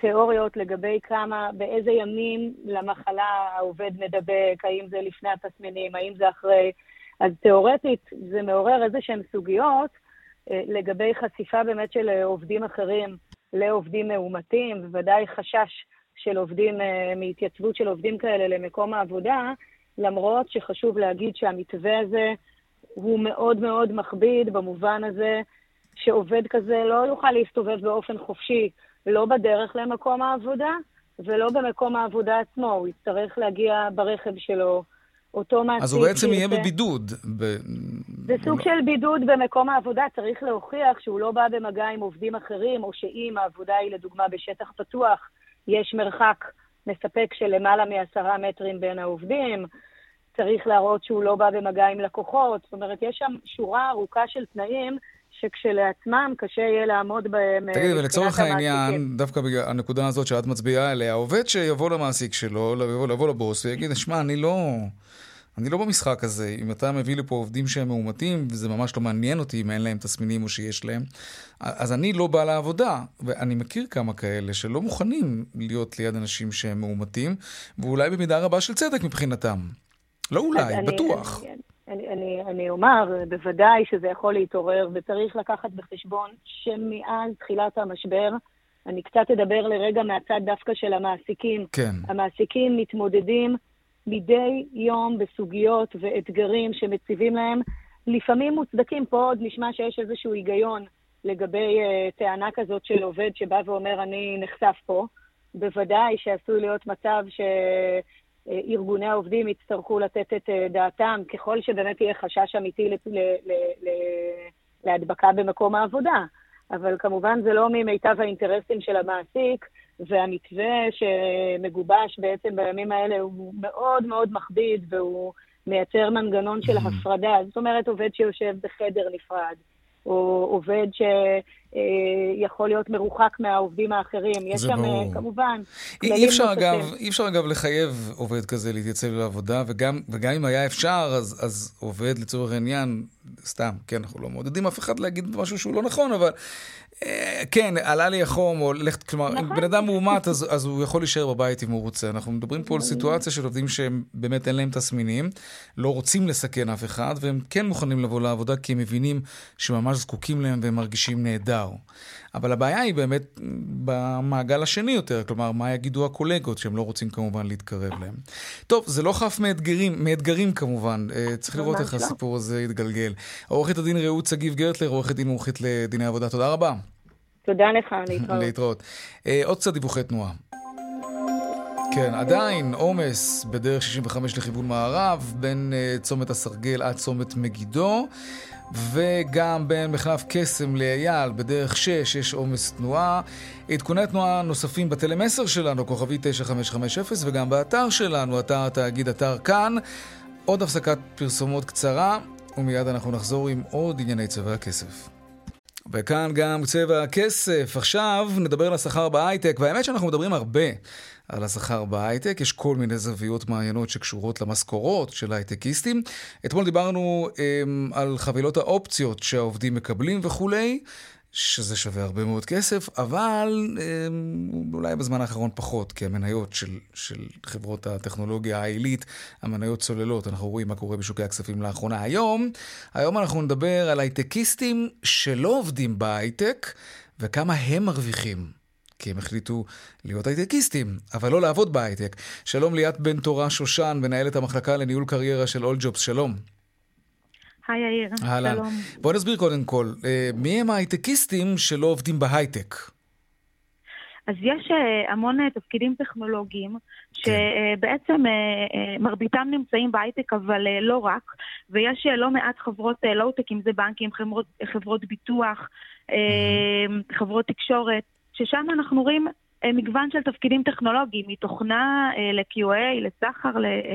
תיאוריות לגבי באיזה ימים למחלה העובד מדבק, האם זה לפני התסמינים, האם זה אחרי. אז תיאורטית זה מעורר איזה שהן סוגיות לגבי חשיפה באמת של עובדים אחרים לעובדים מאומתים, בוודאי חשש של עובדים, מהתייצבות של עובדים כאלה למקום העבודה, למרות שחשוב להגיד שהמתווה הזה הוא מאוד מאוד מכביד במובן הזה שעובד כזה לא יוכל להסתובב באופן חופשי, לא בדרך למקום העבודה ולא במקום העבודה עצמו, הוא יצטרך להגיע ברכב שלו. אז הוא בעצם יהיה בבידוד. זה סוג של בידוד במקום העבודה, צריך להוכיח שהוא לא בא במגע עם עובדים אחרים, או שאם העבודה היא לדוגמה בשטח פתוח, יש מרחק מספק של למעלה מ10 מטרים בין העובדים, צריך להראות שהוא לא בא במגע עם לקוחות, זאת אומרת, יש שם שורה ארוכה של תנאים, שכשלעצמם קשה יהיה לעמוד בהם. תגיד, ולצורך העניין, דווקא בגלל הנקודה הזאת שאת מצביעה אליה, העובד שיבוא למעסיק שלו, לבוא לבוס ויגיד, שמע, אני לא במשחק הזה, אם אתה מביא לפה עובדים שהם מאומתים, וזה ממש לא מעניין אותי אם אין להם תסמינים או שיש להם, אז אני לא בא לעבודה, ואני מכיר כמה כאלה שלא מוכנים להיות ליד אנשים שהם מאומתים, ואולי במידה רבה של צדק מבחינתם. לא אולי, בטוח. אני אומר, בוודאי שזה יכול להתעורר, וצריך לקחת בחשבון שמאז תחילת המשבר, אני קצת אדבר לרגע מהצד דווקא של המעסיקים. כן. המעסיקים מתמודדים מדי יום בסוגיות ואתגרים שמציבים להם, לפעמים מוצדקים. פה עוד נשמע שיש איזשהו היגיון לגבי טענה כזאת של עובד שבא ואומר אני נחשף פה. בוודאי שעשוי להיות מצב ארגוני העובדים יצטרכו לתת את דעתם, ככל שבאמת יהיה חשש אמיתי להדבקה במקום העבודה. אבל כמובן זה לא ממיטב האינטרסים של המעסיק, והמתווה שמגובש בעצם בימים האלה הוא מאוד מאוד מכביד, והוא מייצר מנגנון של הפרדה. זאת אומרת, עובד שיושב בחדר נפרד, או עובד שיכול להיות מרוחק מהעובדים האחרים. יש שם כמובן אי אפשר אגב לחייב עובד כזה להתייצב לעבודה, וגם אם היה אפשר, אז עובד לצורך העניין, סתם, כן, אנחנו לא מעודדים אף אחד להגיד משהו שהוא לא נכון, אבל כן, עלה לי החום, כלומר, אם בן אדם מאומת, אז הוא יכול להישאר בבית אם הוא רוצה. אנחנו מדברים פה על סיטואציה של עובדים שהם באמת אין להם תסמינים, לא רוצים לסכן אף אחד, והם כן מוכנים לבוא לעבודה, כי הם מבינים שממש זקוקים להם והם מרגישים נהדר. אבל הבעיה היא באמת במעגל השני יותר, כלומר, מה יגידו הקולגות, שהם לא רוצים כמובן להתקרב להם. טוב, זה לא חף מאתגרים כמובן, צריך לראות איך הסיפור הזה יתגלגל. עורכת הדין רעות שגיב גרטלר, עורכת דין מומחית לדיני עבודה, תודה רבה. תודה לך, להתראות. עוד קצת דיווחי תנועה. כן, עדיין עומס בדרך 65 לכיוון מערב, בין צומת הסרגל עד צומת מגידו, וגם בין מחלף קסם לאייל בדרך 6 יש עומס תנועה. עדכוני תנועה נוספים בטלמסר שלנו, כוכבי 9550, וגם באתר שלנו, אתר התאגיד, אתר כאן. עוד הפסקת פרסומות קצרה, ומיד אנחנו נחזור עם עוד ענייני צבע הכסף. וכאן גם צבע הכסף. עכשיו נדבר על השכר בהייטק, והאמת שאנחנו מדברים הרבה על השכר בהייטק. יש כל מיני זוויות מעניינות שקשורות למשכורות של הייטקיסטים. אתמול דיברנו על חבילות האופציות שהעובדים מקבלים וכולי, שזה שווה הרבה מאוד כסף, אבל אולי בזמן האחרון פחות, כי המניות של חברות הטכנולוגיה העילית, המניות צוללות, אנחנו רואים מה קורה בשוקי הכספים לאחרונה. היום אנחנו נדבר על הייטקיסטים שלא עובדים בהייטק, וכמה הם מרוויחים. כי הם החליטו להיות הייטקיסטים, אבל לא לעבוד בהייטק. שלום ליאת בן תורה שושן, מנהלת המחלקה לניהול קריירה של אולג'ובס, שלום. היי יאיר, שלום. בוא נסביר קודם כל, מי הם ההייטקיסטים שלא עובדים בהייטק? אז יש המון תפקידים טכנולוגיים, שבעצם מרביתם נמצאים בהייטק, אבל לא רק, ויש לא מעט חברות לואו-טק, אם זה בנקים, חברות ביטוח, חברות תקשורת, ששם אנחנו רואים מגוון של תפקידים טכנולוגיים, מתוכנה ל-QA, לסחר,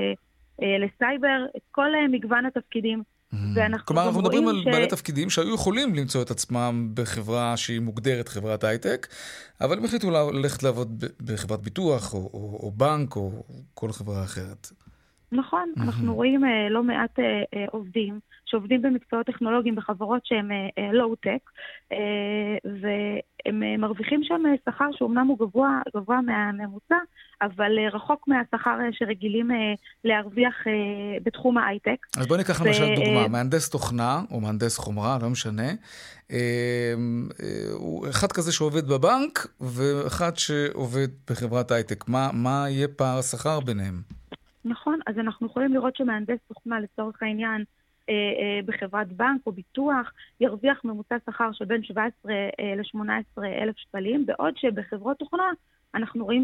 לסייבר, את כל מגוון התפקידים. כלומר, אנחנו מדברים על בעלי תפקידים שהיו יכולים למצוא את עצמם בחברה שהיא מוגדרת חברת הייטק, אבל הם החליטו ללכת לעבוד בחברת ביטוח או בנק או כל חברה אחרת. נכון, אנחנו רואים לא מעט עובדים שעובדים במקצועות טכנולוגיים בחברות שהם לואו-טק, והם מרוויחים שם שכר שאומנם הוא גבוה מהממוצע, אבל רחוק מהשכר שרגילים להרוויח בתחום ההייטק. אז בואי ניקח למשל דוגמה, מהנדס תוכנה או מהנדס חומרה, לא משנה, הוא אחד כזה שעובד בבנק ואחד שעובד בחברת הייטק. מה יהיה פער השכר ביניהם? נכון, אז אנחנו יכולים לראות שמהנדס תוכנה לצורך העניין בחברת בנק או ביטוח ירוויח ממוצע שכר של בין 17 ל-18 אלף שקלים, בעוד שבחברות תוכנה אנחנו רואים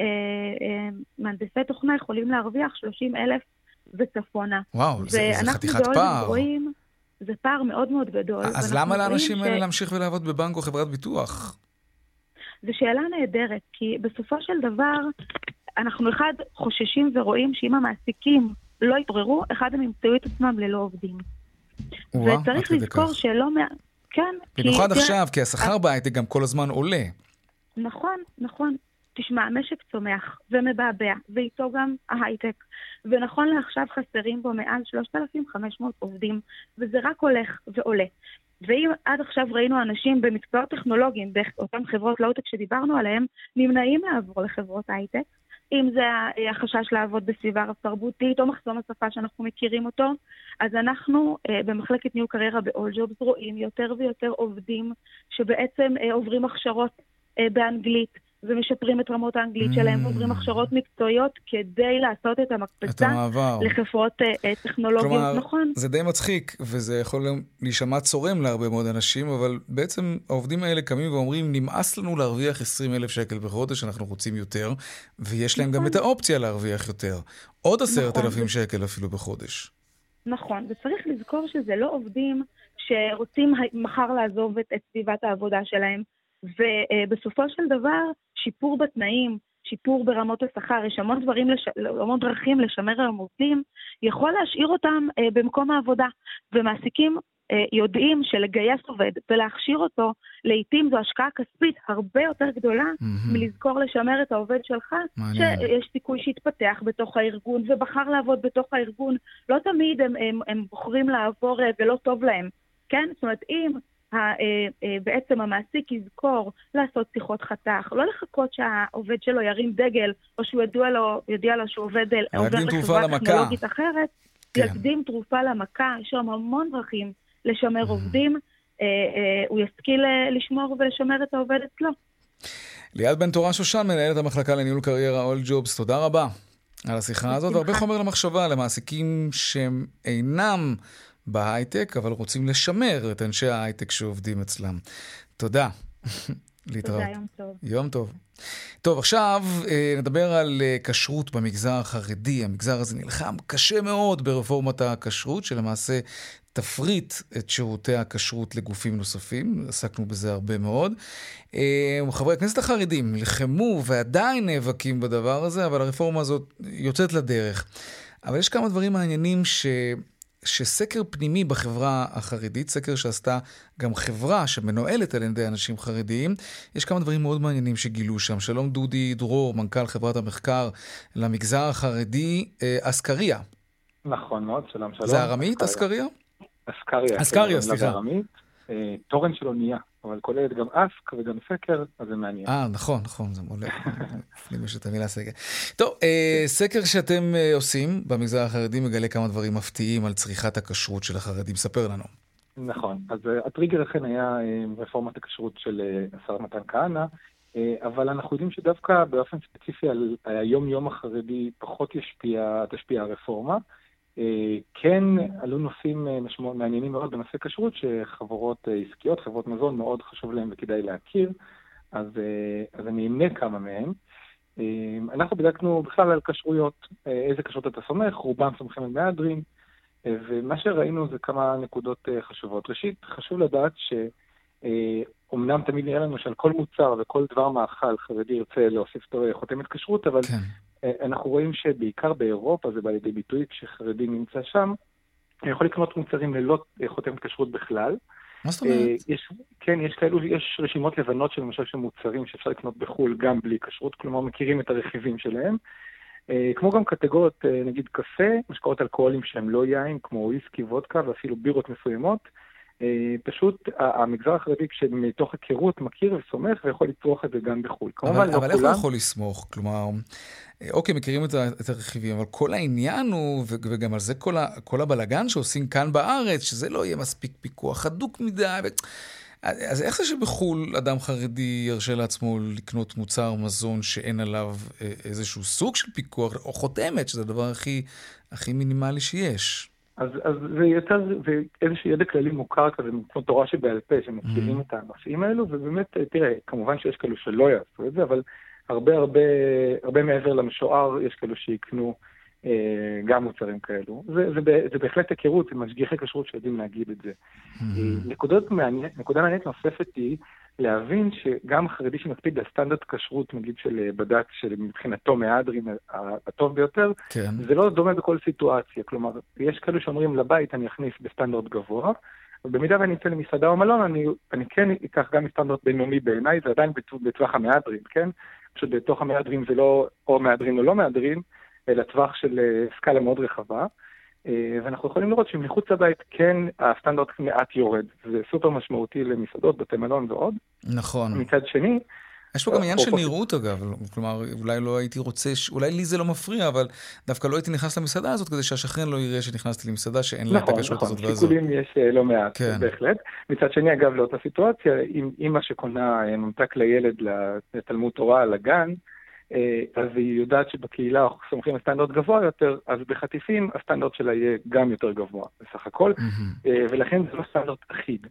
שמהנדסי תוכנה יכולים להרוויח 30 אלף וצפונה. וואו, זה חתיכת פער. רואים, זה פער מאוד מאוד גדול. אז למה לאנשים האלה להמשיך ולעבוד בבנק או חברת ביטוח? זו שאלה נהדרת, כי בסופו של דבר אנחנו אחד חוששים ורואים שאם המעסיקים לא יתעוררו, אחד הם ימצאו את עצמם ללא עובדים. וצריך לזכור שלא כן. במיוחד עכשיו, כי השכר בהייטק גם כל הזמן עולה. נכון. תשמע, המשק צומח ומבעבע, ואיתו גם ההייטק. ונכון לעכשיו חסרים בו מעל 3,500 עובדים, וזה רק הולך ועולה. ואם עד עכשיו ראינו אנשים במקצועות טכנולוגיים, באותן חברות לואו-טק שדיברנו עליהם, נמנעים לעבור לחברות הייטק, אם זה החשש לעבוד בסביבה רב-תרבותית או מחסום השפה שאנחנו מכירים אותו, אז אנחנו במחלקת ניהול קריירה ב-AllJobs רואים יותר ויותר עובדים שבעצם עוברים הכשרות באנגלית ומשפרים את רמות האנגלית שלהם, ועוברים הכשרות מקצועיות כדי לעשות את המקפצה לחברות טכנולוגיות. נכון. זה די מצחיק, וזה יכול להישמע צורם להרבה מאוד אנשים, אבל בעצם העובדים האלה קמים ואומרים, נמאס לנו להרוויח 20,000 שקל בחודש, אנחנו רוצים יותר, ויש להם גם את האופציה להרוויח יותר. עוד 10,000 שקל אפילו בחודש. נכון, וצריך לזכור שזה לא עובדים שרוצים מחר לעזוב את סביבת העבודה שלהם, ובסופו של דבר, שיפור בתנאים, שיפור ברמות השכר, יש המון דרכים לשמר על עובדים, יכול להשאיר אותם במקום העבודה, ומעסיקים יודעים שלגייס עובד ולהכשיר אותו, לעתים זו השקעה כספית הרבה יותר גדולה מלזכור לשמר את העובד שלך, שיש סיכוי שיתפתח בתוך הארגון, ובחר לעבוד בתוך הארגון, לא תמיד הם בוחרים לעבור ולא טוב להם, כן? זאת אומרת, אם בעצם המעסיק יזכור לעשות שיחות חתך, לא לחכות שהעובד שלו ירים דגל, או שהוא יודיע לו שהוא עובד בחברה טכנולוגית אחרת, יקדים תרופה למכה, יש שם המון דרכים לשמר עובדים, הוא ישכיל לשמור ולשמר את העובד אצלו. ליעד בן תורה שושן, מנהלת המחלקה לניהול קריירה AllJobs, תודה רבה על השיחה הזאת, והרבה חומר למחשבה למעסיקים שהם אינם בהייטק, אבל רוצים לשמר את אנשי ההייטק שעובדים אצלם. תודה. להתראות. תודה, יום טוב. יום טוב. טוב, עכשיו נדבר על כשרות במגזר החרדי. המגזר הזה נלחם קשה מאוד ברפורמת הכשרות, שלמעשה תפריט את שירותי הכשרות לגופים נוספים. עסקנו בזה הרבה מאוד. חברי הכנסת החרדים נלחמו ועדיין נאבקים בדבר הזה, אבל הרפורמה הזאת יוצאת לדרך. אבל יש כמה דברים מעניינים שסקר פנימי בחברה החרדית, סקר שעשתה גם חברה שמנוהלת על ידי אנשים חרדיים, יש כמה דברים מאוד מעניינים שגילו שם. שלום דודי דרור, מנכ"ל חברת המחקר למגזר החרדי, אסקריה. נכון מאוד, שלום. זה ארמית, אסקריה? אסקריה, סליחה. תורן שלו נהיה, אבל כוללת גם אסק וגם סקר, אז זה מעניין. נכון, זה מולד. לפנים יש את המילה סקר. טוב, סקר שאתם עושים במגזר החרדי מגלה כמה דברים מפתיעים על צריכת הכשרות של החרדים. ספר לנו. נכון, אז הטריגר אכן היה רפורמת הכשרות של השר מתן כהנא, אבל אנחנו יודעים שדווקא באופן ספציפי על היום-יום החרדי פחות תשפיע הרפורמה. כן עלו נושאים מעניינים מאוד בנושא כשרות שחברות עסקיות, חברות מזון מאוד חשוב להם וכדאי להכיר, אז אני אמנה כמה מהם. אנחנו בדקנו בכלל על כשרויות, איזה כשרות אתה סומך, רובם סומכים על מהדרין, ומה שראינו זה כמה נקודות חשובות. ראשית, חשוב לדעת שאומנם תמיד נראה לנו שעל כל מוצר וכל דבר מאכל חרדי ירצה להוסיף חותמת כשרות, אבל אנחנו רואים שבעיקר באירופה זה בא לידי ביטוי, כשחרדי נמצא שם, יכול לקנות מוצרים ללא חותמת כשרות בכלל. מה זאת אומרת? יש רשימות לבנות של למשל של מוצרים שאפשר לקנות בחול גם בלי כשרות, כלומר מכירים את הרכיבים שלהם, כמו גם קטגוריות, נגיד קפה, משקאות אלכוהולים שהם לא יין, כמו וויסקי, וודקה ואפילו בירות מסוימות. פשוט המגזר החרדי כשמתוך הכירות מכיר וסומך ויכול לצרוך את זה גם בחו"ל. אבל איך הוא יכול לסמוך? כלומר, אוקיי, מכירים את הרכיבים, אבל כל העניין הוא, וגם על זה כל הבלגן שעושים כאן בארץ, שזה לא יהיה מספיק פיקוח הדוק מדי. אז איך זה שבחו"ל אדם חרדי ירשה לעצמו לקנות מוצר מזון שאין עליו איזשהו סוג של פיקוח, או חותמת, שזה הדבר הכי מינימלי שיש? אז זה יותר, זה איזשהו ידע כללי מוכר כזה, כמו תורה שבעל פה, שמכירים את הנושאים האלו, ובאמת, תראה, כמובן שיש כאלו שלא יעשו את זה, אבל הרבה מעבר למשוער, יש כאלו שיקנו גם מוצרים כאלו. זה בהחלט הכירות, זה משגיחי כשרות שיודעים להגיד את זה. נקודה מעניינת נוספת היא להבין שגם חרדי שמקפיד לסטנדרט כשרות, נגיד של בד"ץ, שמבחינתו מהדרין הטוב ביותר, זה לא דומה בכל סיטואציה. כלומר, יש כאלו שאומרים לבית אני אכניס בסטנדרט גבוה, ובמידה ואני אצא למסעדה או מלון, אני כן אקח גם בסטנדרט בינוני בעיניי, זה עדיין בטווח המהדרין, כן? פשוט בתוך המהדרין זה לא או מהדרין או לא מהדרין, אלא טווח של סקאלה מאוד רחבה, ואנחנו יכולים לראות שמחוץ לבית כן הסטנדרט מעט יורד, זה סופר משמעותי למסעדות, בתי מלון ועוד. נכון. מצד שני, יש פה גם עניין של נראות אגב, כלומר אולי לא הייתי רוצה, אולי לי זה לא מפריע, אבל דווקא לא הייתי נכנס למסעדה הזאת, כדי שהשכן לא יראה שנכנסתי למסעדה שאין לה את הכשרות הזאת והזאת. נכון, שיקולים יש לא מעט, בהחלט. מצד שני אגב לאותה סיטואציה, אם אמא שקונה ממתק לילד לתלמוד תורה לגן, אז היא יודעת שבקהילה סומכים הסטנדרט גבוה יותר, אז בחטיפים הסטנדרט שלה יהיה גם יותר גבוה בסך הכל, ולכן זה לא סטנדרט אחיד.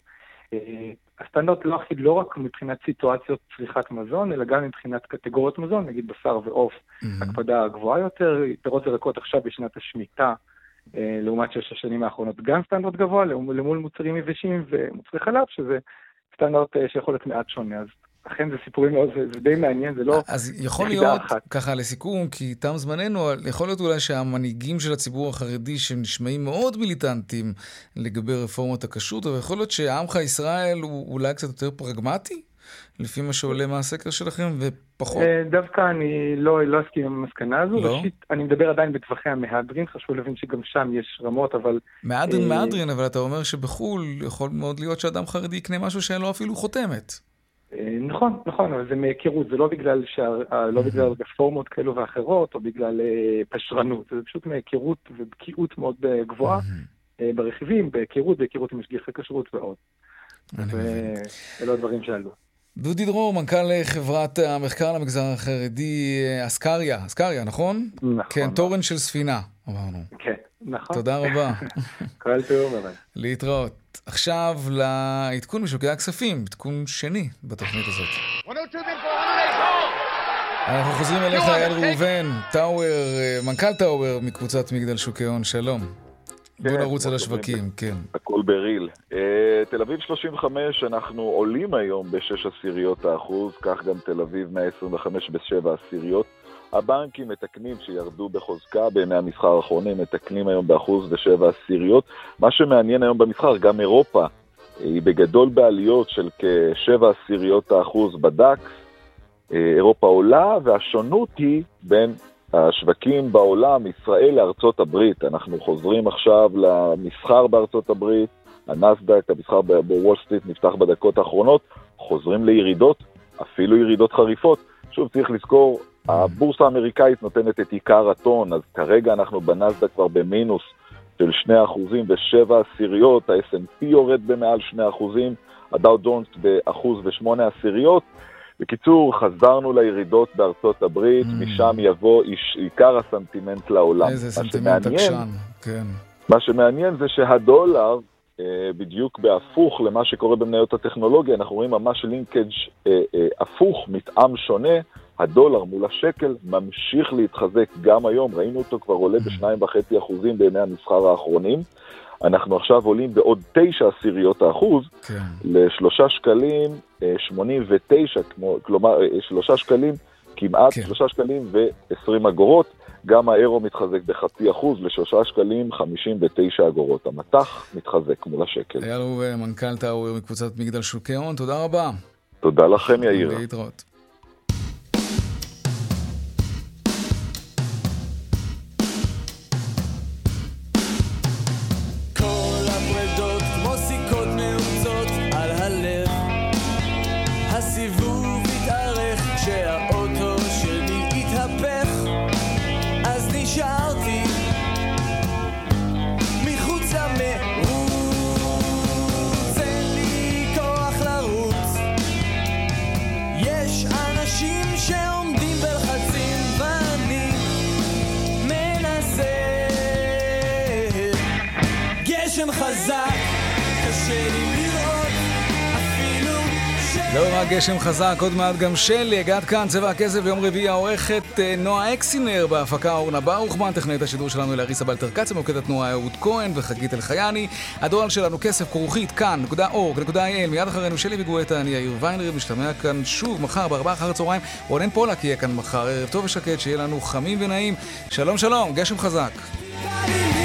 הסטנדרט לא אחיד לא רק מבחינת סיטואציות צריכת מזון, אלא גם מבחינת קטגוריות מזון, נגיד בשר ועוף, הקפדה גבוהה יותר, פירות וירקות עכשיו בשנת השמיטה, לעומת 6 השנים האחרונות, גם סטנדרט גבוה, למול מוצרים יבשים ומוצרי חלב, שזה סטנדרט שיכול להיות מעט שונה, אז אכן זה סיפורים מאוד, זה די מעניין, זה לא... אז יכול להיות, ככה לסיכום, כי תם זמננו, יכול להיות אולי שהמנהיגים של הציבור החרדי שנשמעים מאוד מיליטנטים לגבי רפורמת הכשרות, אבל יכול להיות שעמך ישראל הוא אולי קצת יותר פרגמטי, לפי מה שעולה מהסקר שלכם, ופחות... דווקא אני לא אסכים עם המסקנה הזו, ראשית, אני מדבר עדיין בטווחי המהדרין, חשוב להבין שגם שם יש רמות, אבל... מהדרין, אבל אתה אומר שבחול יכול מאוד להיות שאדם חרדי יקנה משהו שאין לו אפילו חותמת. נכון, אבל זה מהיכרות, זה לא בגלל רפורמות כאלו ואחרות, או בגלל פשרנות, זה פשוט מהיכרות ובקיאות מאוד גבוהה ברכיבים, בהיכרות עם משגיחי כשרות ועוד. ואלו הדברים שעלו. דודי דרור, מנכ"ל חברת המחקר למגזר החרדי, אסקריה, נכון? נכון. כן, תורן של ספינה, אמרנו. כן, נכון. תודה רבה. כל טוב, אבל. להתראות. עכשיו לעדכון משוקי הכספים, עדכון שני בתוכנית הזאת. אנחנו חוזרים אליך, אייל ראובן, מנכ"ל טאוור מקבוצת מגדל שוקי הון, שלום. בוא נרוץ על השווקים, כן. הכל בריל. תל אביב 35, אנחנו עולים היום ב6%, כך גם תל אביב 125 ב7%. הבנקים מתקנים שירדו בחוזקה בימי המסחר האחרונים, מתקנים היום ב1.7%. מה שמעניין היום במסחר, גם אירופה היא בגדול בעליות של כ7% בדקס. אירופה עולה, והשונות היא בין השווקים בעולם, ישראל לארצות הברית. אנחנו חוזרים עכשיו למסחר בארצות הברית, הנסדק, המסחר בוול סטריט נפתח בדקות האחרונות, חוזרים לירידות, אפילו ירידות חריפות. שוב צריך לזכור, הבורסה האמריקאית נותנת את עיקר הטון, אז כרגע אנחנו בנסדק כבר במינוס של 2% ו7%, ה-S&P יורד במעל 2%, הדאו ג'ונס ב1.8%. בקיצור, חזרנו לירידות בארצות הברית, משם יבוא עיקר הסנטימנט לעולם. איזה סנטימנט עקשן, כן. מה שמעניין זה שהדולר, בדיוק בהפוך למה שקורה במניות הטכנולוגיה, אנחנו רואים ממש לינקג' הפוך, מתאם שונה, הדולר מול השקל ממשיך להתחזק גם היום, ראינו אותו כבר עולה ב2.5% בימי המסחר האחרונים, אנחנו עכשיו עולים בעוד 9%, ל3 שקלים 89, כלומר 3 שקלים, כמעט 3 שקלים ו20 אגורות, גם האירו מתחזק ב0.5% ל3 שקלים 59 אגורות, המתח מתחזק מול השקל. אייל ראובן, מנכ"ל טאוור מקבוצת מגדל שוקי הון, תודה רבה. תודה לכם יאיר. להתראות. הסיבוב התארך כשהאוטו שלי התהפך, אז נשארתי מחוץ למרוץ, אין לי כוח לרוץ, יש אנשים שעומדים בלחצים ואני מנסה, גשם חזק קשה לי לראות אפילו לא רק גשם חזק, עוד מעט גם שלי. הגעת כאן צבע הכסף ליום רביעי, העורכת נועה אקסינר, בהפקה אורנה ברוכמן, טכנאית השידור שלנו לאריסה בלטר-קץ, מוקד התנועה אהוד כהן וחגית אלחייני. הדואל שלנו כסף כרוכית כאן.org.il. מיד אחרינו שלי וגואטה, אני יאיר ויינרב, משתמע כאן שוב מחר ב4 אחר הצהריים. רונן פולק יהיה כאן מחר, ערב טוב ושקט, שיהיה לנו חמים ונעים. שלום שלום, גשם חזק.